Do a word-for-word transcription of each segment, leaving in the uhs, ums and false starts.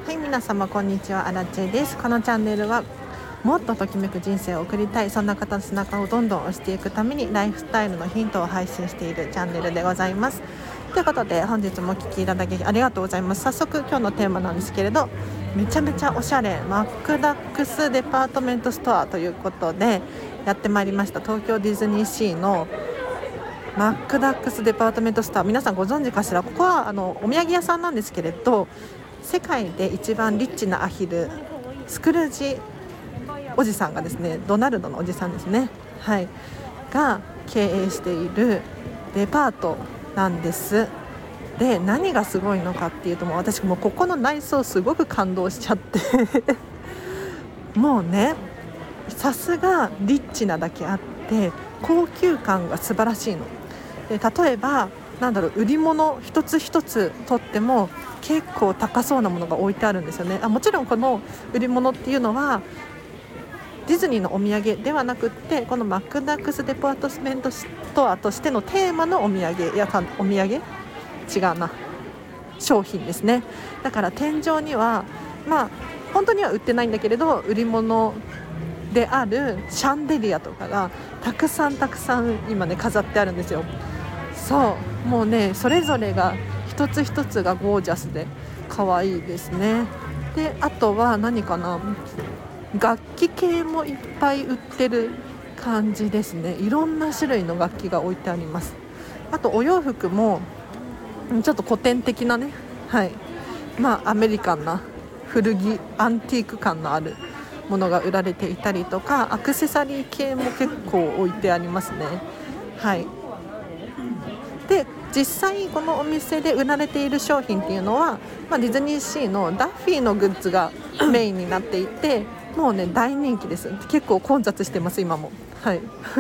はい、皆様こんにちは、アラチェです。このチャンネルはもっとときめく人生を送りたい、そんな方の背中をどんどん押していくためにライフスタイルのヒントを配信しているチャンネルでございます。ということで本日もお聞きいただきありがとうございます。早速今日のテーマなんですけれど、めちゃめちゃおしゃれマックダックスデパートメントストアということでやってまいりました。東京ディズニーシーのマックダックスデパートメントストア、皆さんご存知かしら。ここはあのお土産屋さんなんですけれど、世界で一番リッチなアヒルスクルージおじさんがですね、ドナルドのおじさんですね、はい、が経営しているデパートなんです。で、何がすごいのかっていうと、もう私もうここの内装すごく感動しちゃってもうね、さすがリッチなだけあって高級感が素晴らしいので、例えばなんだろう、売り物一つ一つとっても結構高そうなものが置いてあるんですよね。あもちろんこの売り物っていうのはディズニーのお土産ではなくって、このマックダックスデパートメントストアとしてのテーマのお土産やお土産違うな商品ですね。だから天井にはまあ本当には売ってないんだけれど、売り物であるシャンデリアとかがたくさんたくさん今ね飾ってあるんですよ。そうもうね、それぞれが一つ一つがゴージャスで可愛いですね。で、あとは何かな、楽器系もいっぱい売ってる感じですね。いろんな種類の楽器が置いてあります。あとお洋服もちょっと古典的なね、はい、まあアメリカンな古着アンティーク感のあるものが売られていたりとか、アクセサリー系も結構置いてありますね。はい。で、実際このお店で売られている商品っていうのは、まあ、ディズニーシーのダッフィーのグッズがメインになっていて、もうね大人気です。結構混雑してます今も。はい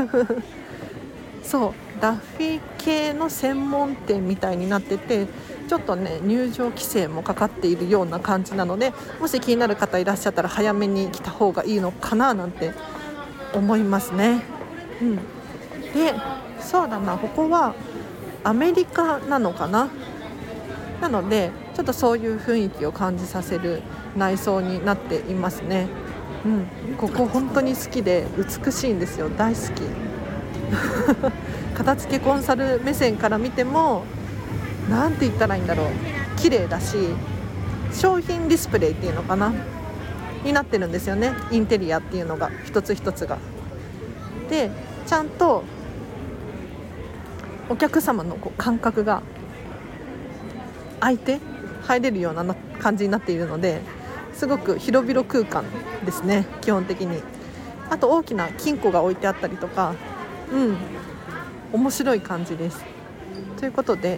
そうダッフィー系の専門店みたいになってて、ちょっとね入場規制もかかっているような感じなので、もし気になる方いらっしゃったら早めに来た方がいいのかななんて思いますね。うん、で、そうだな、ここはアメリカなのかな。なのでちょっとそういう雰囲気を感じさせる内装になっていますね。うん、ここ本当に好きで美しいんですよ。大好き片付けコンサル目線から見てもなんて言ったらいいんだろう、綺麗だし、商品ディスプレイっていうのかなになってるんですよね。インテリアっていうのが一つ一つがで、ちゃんとお客様のこう感覚が空いて入れるような感じになっているので、すごく広々空間ですね、基本的に。あと大きな金庫が置いてあったりとか、うん面白い感じです。ということで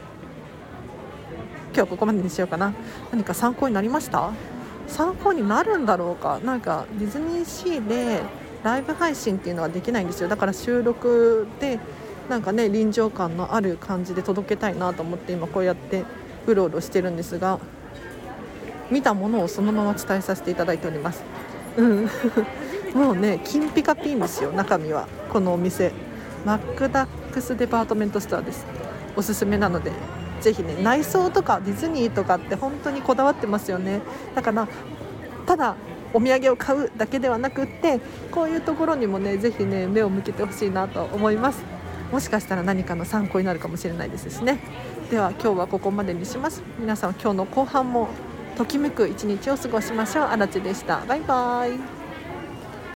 今日はここまでにしようかな。何か参考になりました？参考になるんだろうか。なんかディズニーシーでライブ配信っていうのはできないんですよ。だから収録でなんかね臨場感のある感じで届けたいなと思って今こうやってうろうろしてるんですが、見たものをそのまま伝えさせていただいております。うんもうね金ピカピンですよ。中身はこのお店マックダックスデパートメントストアです。おすすめなのでぜひね、内装とかディズニーとかって本当にこだわってますよね。だからただお土産を買うだけではなくって、こういうところにもねぜひね目を向けてほしいなと思います。もしかしたら何かの参考になるかもしれないですしね。では今日はここまでにします。皆さん今日の後半もときめく一日を過ごしましょう。あらちでした。バイバイ。